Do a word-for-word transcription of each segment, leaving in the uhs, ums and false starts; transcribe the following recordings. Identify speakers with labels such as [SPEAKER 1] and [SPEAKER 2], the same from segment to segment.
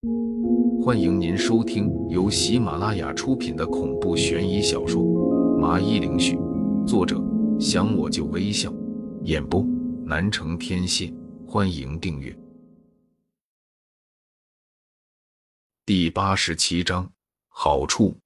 [SPEAKER 1] 欢迎您收听由喜马拉雅出品的恐怖悬疑小说《麻衣灵絮》，作者想我就微笑，演播南城天蝎。欢迎订阅。第八十七章，好处。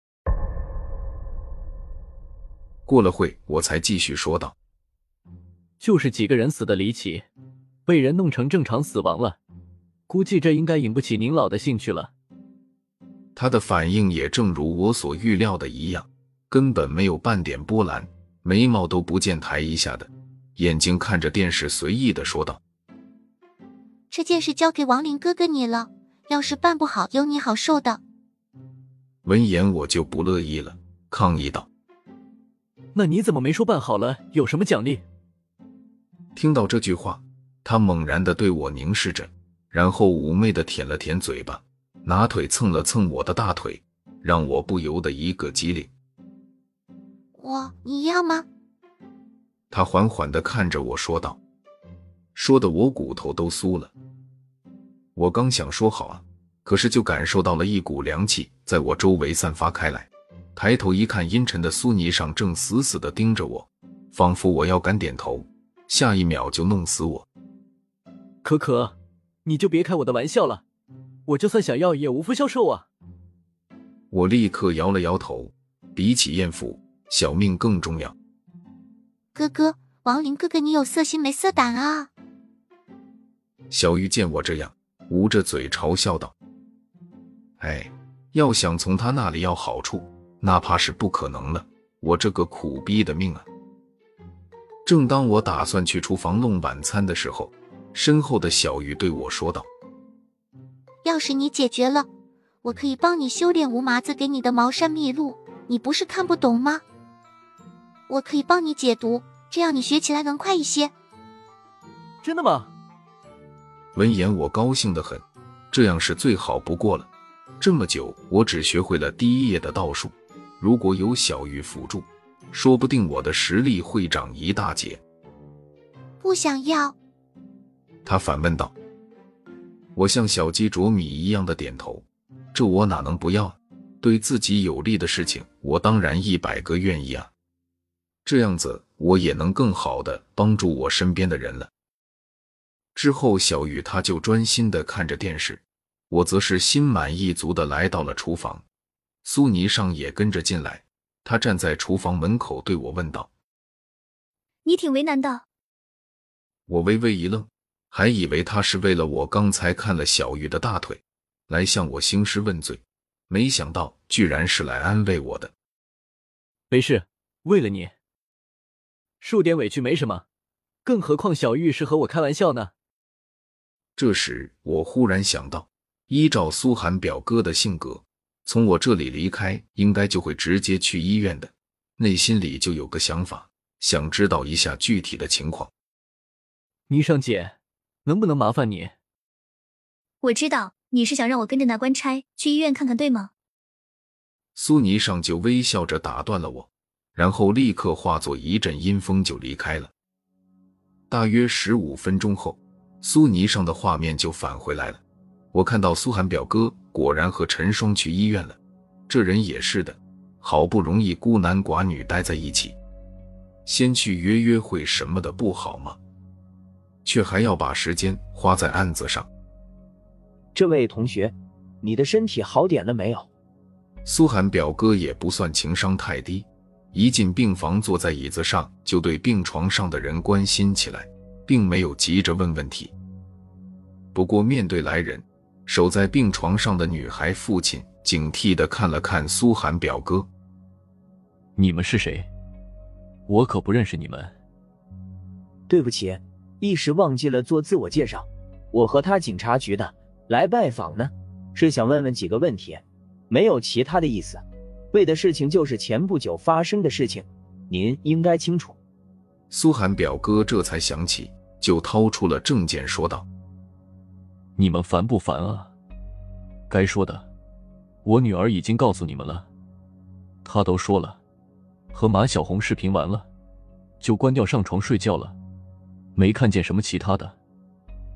[SPEAKER 1] 过了会，我才继续说道：
[SPEAKER 2] 就是几个人死得离奇，被人弄成正常死亡了，估计这应该引不起您老的兴趣了。
[SPEAKER 1] 他的反应也正如我所预料的一样，根本没有半点波澜，眉毛都不见抬一下的，眼睛看着电视随意地说道：
[SPEAKER 3] 这件事交给王林哥哥你了，要是办不好有你好受的。
[SPEAKER 1] 闻言我就不乐意了，抗议道：
[SPEAKER 2] 那你怎么没说办好了有什么奖励？
[SPEAKER 1] 听到这句话，他猛然地对我凝视着，然后妩媚地舔了舔嘴巴，拿腿蹭了蹭我的大腿，让我不由得一个激灵。
[SPEAKER 3] 我，你要吗？
[SPEAKER 1] 他缓缓地看着我说道，说的我骨头都酥了。我刚想说好啊，可是就感受到了一股凉气在我周围散发开来，抬头一看，阴沉的苏泥上正死死地盯着我，仿佛我要敢点头，下一秒就弄死我。
[SPEAKER 2] 可可，你就别开我的玩笑了，我就算想要也无福消受啊。
[SPEAKER 1] 我立刻摇了摇头，比起艳福，小命更重要。
[SPEAKER 3] 哥哥，王林哥哥你有色心没色胆啊。
[SPEAKER 1] 小玉见我这样，捂着嘴嘲笑道：哎，要想从他那里要好处，那怕是不可能了，我这个苦逼的命啊。正当我打算去厨房弄晚餐的时候，身后的小玉对我说道：
[SPEAKER 3] 要是你解决了，我可以帮你修炼无麻子给你的茅山秘录，你不是看不懂吗？我可以帮你解读，这样你学起来能快一些。
[SPEAKER 2] 真的吗？
[SPEAKER 1] 闻言我高兴得很，这样是最好不过了。这么久我只学会了第一页的道术，如果有小玉辅助，说不定我的实力会长一大截。
[SPEAKER 3] 不想要。
[SPEAKER 1] 他反问道。我像小鸡啄米一样的点头，这我哪能不要啊？对自己有利的事情，我当然一百个愿意啊。这样子我也能更好的帮助我身边的人了。之后小雨他就专心地看着电视，我则是心满意足地来到了厨房。苏泥上也跟着进来，他站在厨房门口对我问道：
[SPEAKER 4] 你挺为难的。
[SPEAKER 1] 我微微一愣，还以为他是为了我刚才看了小玉的大腿来向我兴师问罪，没想到居然是来安慰我的。
[SPEAKER 2] 没事，为了你受点委屈没什么，更何况小玉是和我开玩笑呢。
[SPEAKER 1] 这时我忽然想到，依照苏寒表哥的性格，从我这里离开应该就会直接去医院的，内心里就有个想法，想知道一下具体的情况。
[SPEAKER 2] 霓裳姐，能不能麻烦你？
[SPEAKER 4] 我知道你是想让我跟着那官差去医院看看，对吗？
[SPEAKER 1] 苏霓裳就微笑着打断了我，然后立刻化作一阵阴风就离开了。大约十五分钟后，苏霓裳的画面就返回来了。我看到苏寒表哥果然和陈双去医院了，这人也是的，好不容易孤男寡女待在一起，先去约约会什么的不好吗？却还要把时间花在案子上。
[SPEAKER 5] 这位同学，你的身体好点了没有？
[SPEAKER 1] 苏寒表哥也不算情商太低，一进病房坐在椅子上就对病床上的人关心起来，并没有急着问问题。不过面对来人，守在病床上的女孩父亲警惕地看了看苏寒表哥。
[SPEAKER 2] 你们是谁？我可不认识你们。
[SPEAKER 5] 对不起，一时忘记了做自我介绍，我和他警察局的，来拜访呢，是想问问几个问题，没有其他的意思。为的事情就是前不久发生的事情，您应该清楚。
[SPEAKER 1] 苏寒表哥这才想起，就掏出了证件说道：
[SPEAKER 2] 你们烦不烦啊？该说的我女儿已经告诉你们了，她都说了，和马小红视频完了就关掉上床睡觉了，没看见什么其他的。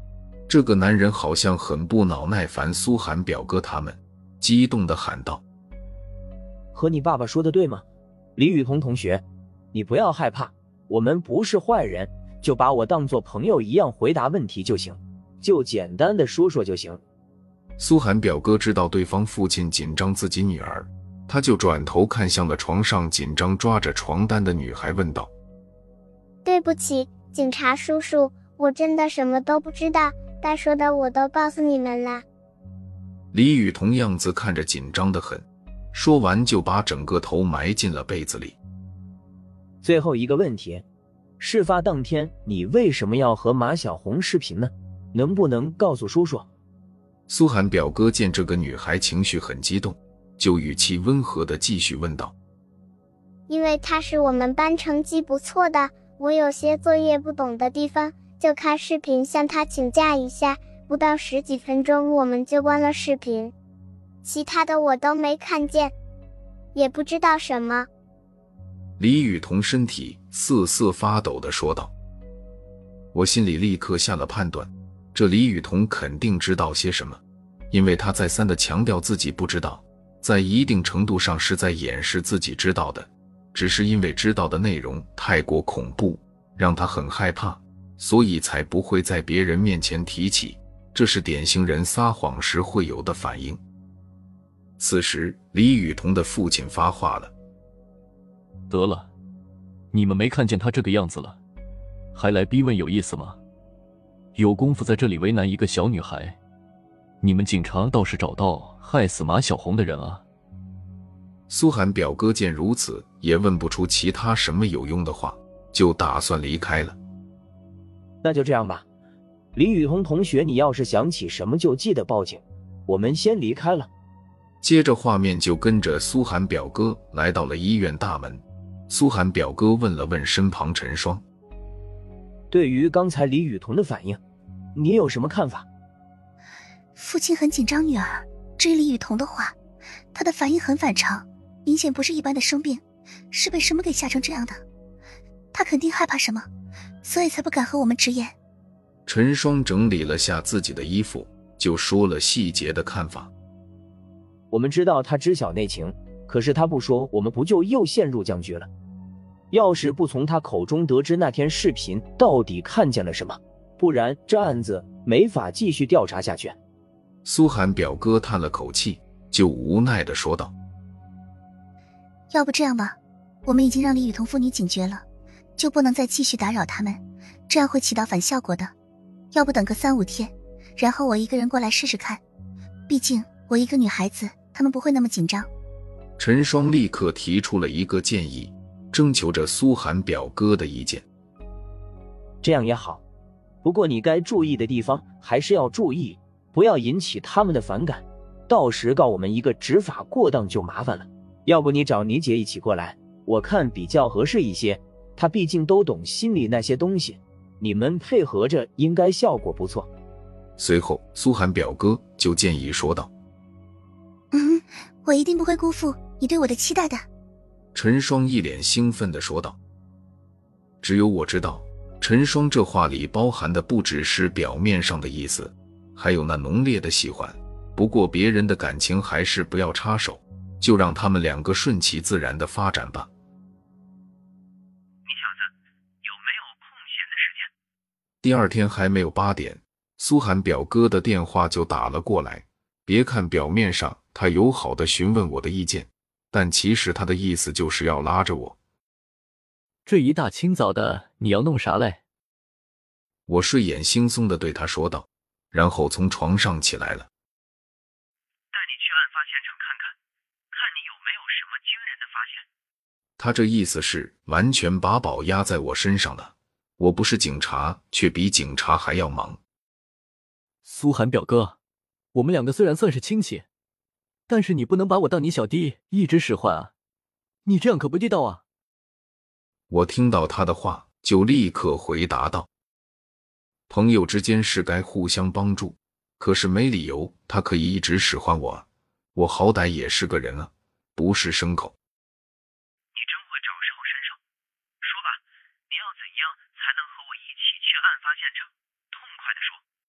[SPEAKER 1] 这个男人好像很不恼耐烦苏寒表哥他们，激动地喊道：
[SPEAKER 5] 和你爸爸说的对吗？李雨桐同学，你不要害怕，我们不是坏人，就把我当作朋友一样回答问题就行，就简单的说说就行。
[SPEAKER 1] 苏寒表哥知道对方父亲紧张自己女儿，他就转头看向了床上紧张抓着床单的女孩，问道：
[SPEAKER 6] 对不起，警察叔叔，我真的什么都不知道，该说的我都告诉你们了。
[SPEAKER 1] 李雨桐样子看着紧张得很，说完就把整个头埋进了被子里。
[SPEAKER 5] 最后一个问题，事发当天你为什么要和马小红视频呢？能不能告诉叔叔？
[SPEAKER 1] 苏寒表哥见这个女孩情绪很激动，就语气温和地继续问道：
[SPEAKER 6] 因为她是我们班成绩不错的，我有些作业不懂的地方，就开视频向她请教一下，不到十几分钟我们就关了视频，其他的我都没看见，也不知道什么。
[SPEAKER 1] 李雨桐身体瑟瑟发抖地说道。我心里立刻下了判断，这李雨桐肯定知道些什么，因为他再三地强调自己不知道，在一定程度上是在掩饰自己知道的，只是因为知道的内容太过恐怖，让他很害怕，所以才不会在别人面前提起，这是典型人撒谎时会有的反应。此时李雨桐的父亲发话了：
[SPEAKER 2] 得了，你们没看见他这个样子了，还来逼问有意思吗？有功夫在这里为难一个小女孩，你们警察倒是找到害死马小红的人啊。
[SPEAKER 1] 苏寒表哥见如此，也问不出其他什么有用的话，就打算离开了。
[SPEAKER 5] 那就这样吧，李雨桐同学，你要是想起什么就记得报警，我们先离开了。
[SPEAKER 1] 接着画面就跟着苏寒表哥来到了医院大门。苏寒表哥问了问身旁陈双：
[SPEAKER 5] 对于刚才李雨桐的反应，你有什么看法？
[SPEAKER 3] 父亲很紧张女儿，至于李雨桐的话，她的反应很反常，明显不是一般的生病，是被什么给吓成这样的。她肯定害怕什么，所以才不敢和我们直言。
[SPEAKER 1] 陈双整理了下自己的衣服，就说了细节的看法。
[SPEAKER 5] 我们知道他知晓内情，可是他不说，我们不就又陷入僵局了？要是不从他口中得知那天视频到底看见了什么，不然这案子没法继续调查下去。
[SPEAKER 1] 苏寒表哥叹了口气，就无奈地说道：
[SPEAKER 3] 要不这样吧，我们已经让李雨桐父女警觉了，就不能再继续打扰他们，这样会起到反效果的。要不等个三五天，然后我一个人过来试试看，毕竟我一个女孩子，他们不会那么紧张。
[SPEAKER 1] 陈双立刻提出了一个建议，征求着苏寒表哥的意见。
[SPEAKER 5] 这样也好，不过你该注意的地方还是要注意，不要引起他们的反感，到时告我们一个执法过当就麻烦了。要不你找你姐一起过来，我看比较合适一些，她毕竟都懂心理那些东西，你们配合着应该效果不错。
[SPEAKER 1] 随后苏寒表哥就建议说道：
[SPEAKER 3] 嗯，我一定不会辜负你对我的期待的。
[SPEAKER 1] 陈双一脸兴奋地说道。只有我知道，陈双这话里包含的不只是表面上的意思，还有那浓烈的喜欢。不过别人的感情还是不要插手，就让他们两个顺其自然地发展吧。
[SPEAKER 7] 你小子有没有空闲的时间？
[SPEAKER 1] 第二天还没有八点，苏寒表哥的电话就打了过来。别看表面上他友好地询问我的意见，但其实他的意思就是要拉着我。
[SPEAKER 2] 这一大清早的，你要弄啥嘞？
[SPEAKER 1] 我睡眼惺忪地对他说道，然后从床上起来了。
[SPEAKER 7] 带你去案发现场看看，看你有没有什么惊人的发现。
[SPEAKER 1] 他这意思是完全把宝压在我身上了。我不是警察，却比警察还要忙。
[SPEAKER 2] 苏寒表哥，我们两个虽然算是亲戚，但是你不能把我当你小弟一直使唤啊，你这样可不地道啊。
[SPEAKER 1] 我听到他的话，就立刻回答道：朋友之间是该互相帮助，可是没理由他可以一直使唤我啊，我好歹也是个人啊，不是牲口。
[SPEAKER 7] 你真会找时候伸手。说吧，你要怎样才能和我一起去案发现场？痛快地说。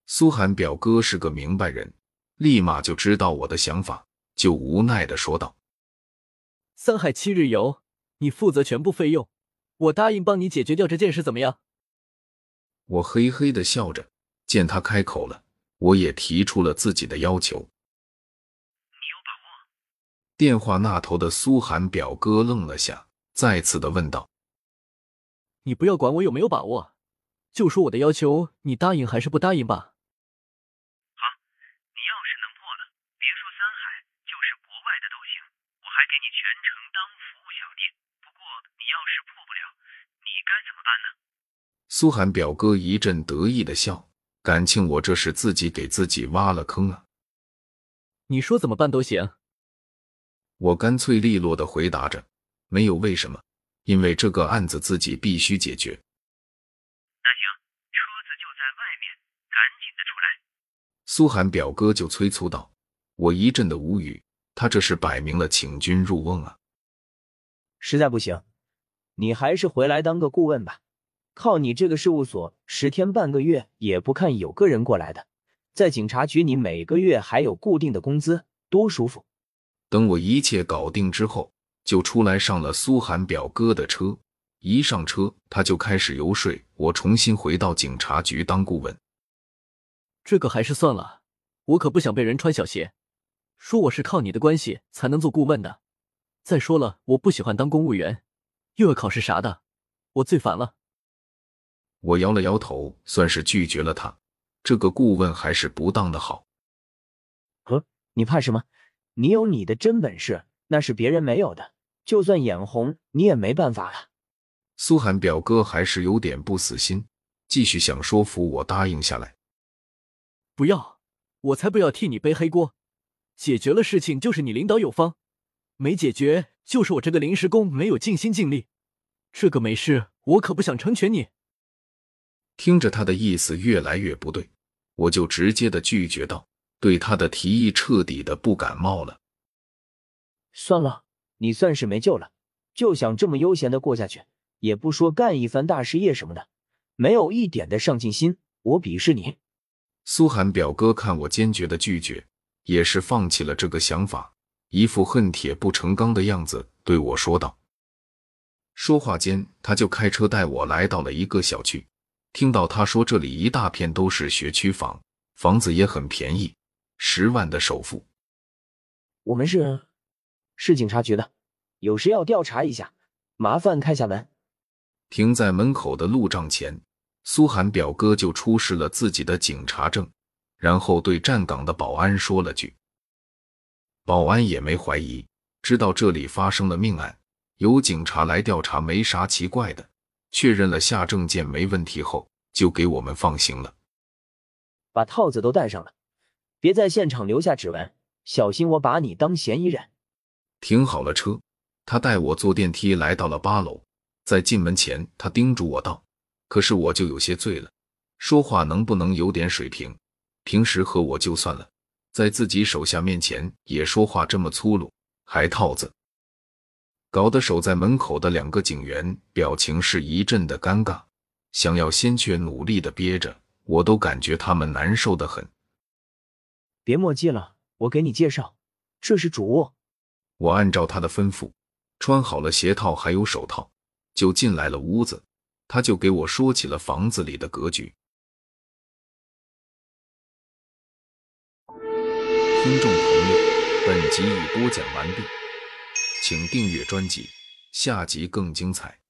[SPEAKER 1] 苏寒表哥是个明白人，立马就知道我的想法，就无奈地说道：
[SPEAKER 8] 三海七日游，你负责全部费用，我答应帮你解决掉这件事，怎么样？
[SPEAKER 1] 我嘿嘿地笑着，见他开口了，我也提出了自己的要求。
[SPEAKER 7] 你有把握？
[SPEAKER 1] 电话那头的苏寒表哥愣了下，再次地问道：
[SPEAKER 8] 你不要管我有没有把握，就说我的要求，你答应还是不答应吧？
[SPEAKER 7] 好，你要是能破了，别说三海，就是国外的都行，我还给你全程当服务小弟。不过你要是破不了，你该怎么办呢？
[SPEAKER 1] 苏寒表哥一阵得意的笑，感情我这是自己给自己挖了坑啊。
[SPEAKER 8] 你说怎么办都行。
[SPEAKER 1] 我干脆利落地回答着，没有为什么，因为这个案子自己必须解决。
[SPEAKER 7] 那行，车子就在外面，赶紧的出来。
[SPEAKER 1] 苏寒表哥就催促道。我一阵的无语，他这是摆明了请君入瓮啊。
[SPEAKER 5] 实在不行，你还是回来当个顾问吧。靠你这个事务所，十天半个月也不看有个人过来的。在警察局，你每个月还有固定的工资，多舒服。
[SPEAKER 1] 等我一切搞定之后，就出来上了苏寒表哥的车。一上车，他就开始游说我重新回到警察局当顾问。
[SPEAKER 8] 这个还是算了，我可不想被人穿小鞋，说我是靠你的关系才能做顾问的。再说了，我不喜欢当公务员，又要考试啥的，我最烦了。
[SPEAKER 1] 我摇了摇头，算是拒绝了他。这个顾问还是不当的好。
[SPEAKER 5] 呵，你怕什么？你有你的真本事，那是别人没有的，就算眼红你也没办法了。
[SPEAKER 1] 苏寒表哥还是有点不死心，继续想说服我答应下来。
[SPEAKER 8] 不要，我才不要替你背黑锅，解决了事情就是你领导有方，没解决就是我这个临时工没有尽心尽力，这个没事我可不想成全你。
[SPEAKER 1] 听着他的意思越来越不对，我就直接的拒绝道，对他的提议彻底的不感冒了。
[SPEAKER 5] 算了，你算是没救了，就想这么悠闲的过下去，也不说干一番大事业什么的，没有一点的上进心，我鄙视你。
[SPEAKER 1] 苏寒表哥看我坚决的拒绝，也是放弃了这个想法，一副恨铁不成钢的样子对我说道。说话间，他就开车带我来到了一个小区。听到他说这里一大片都是学区房，房子也很便宜，十万的首付。
[SPEAKER 5] 我们是是警察局的，有事要调查一下，麻烦开下门。
[SPEAKER 1] 停在门口的路障前，苏寒表哥就出示了自己的警察证，然后对站岗的保安说了句。保安也没怀疑，知道这里发生了命案，有警察来调查没啥奇怪的，确认了下证件没问题后，就给我们放行了。
[SPEAKER 5] 把套子都戴上了，别在现场留下指纹，小心我把你当嫌疑人。
[SPEAKER 1] 停好了车，他带我坐电梯来到了八楼。在进门前，他叮嘱我道：可是我就有些醉了，说话能不能有点水平？平时和我就算了，在自己手下面前也说话这么粗鲁，还套子，搞得守在门口的两个警员表情是一阵的尴尬，想要先却努力的憋着，我都感觉他们难受得很。
[SPEAKER 5] 别墨迹了，我给你介绍，这是主卧。
[SPEAKER 1] 我按照他的吩咐，穿好了鞋套还有手套，就进来了屋子。他就给我说起了房子里的格局。听众朋友，本集已播讲完毕，请订阅专辑，下集更精彩。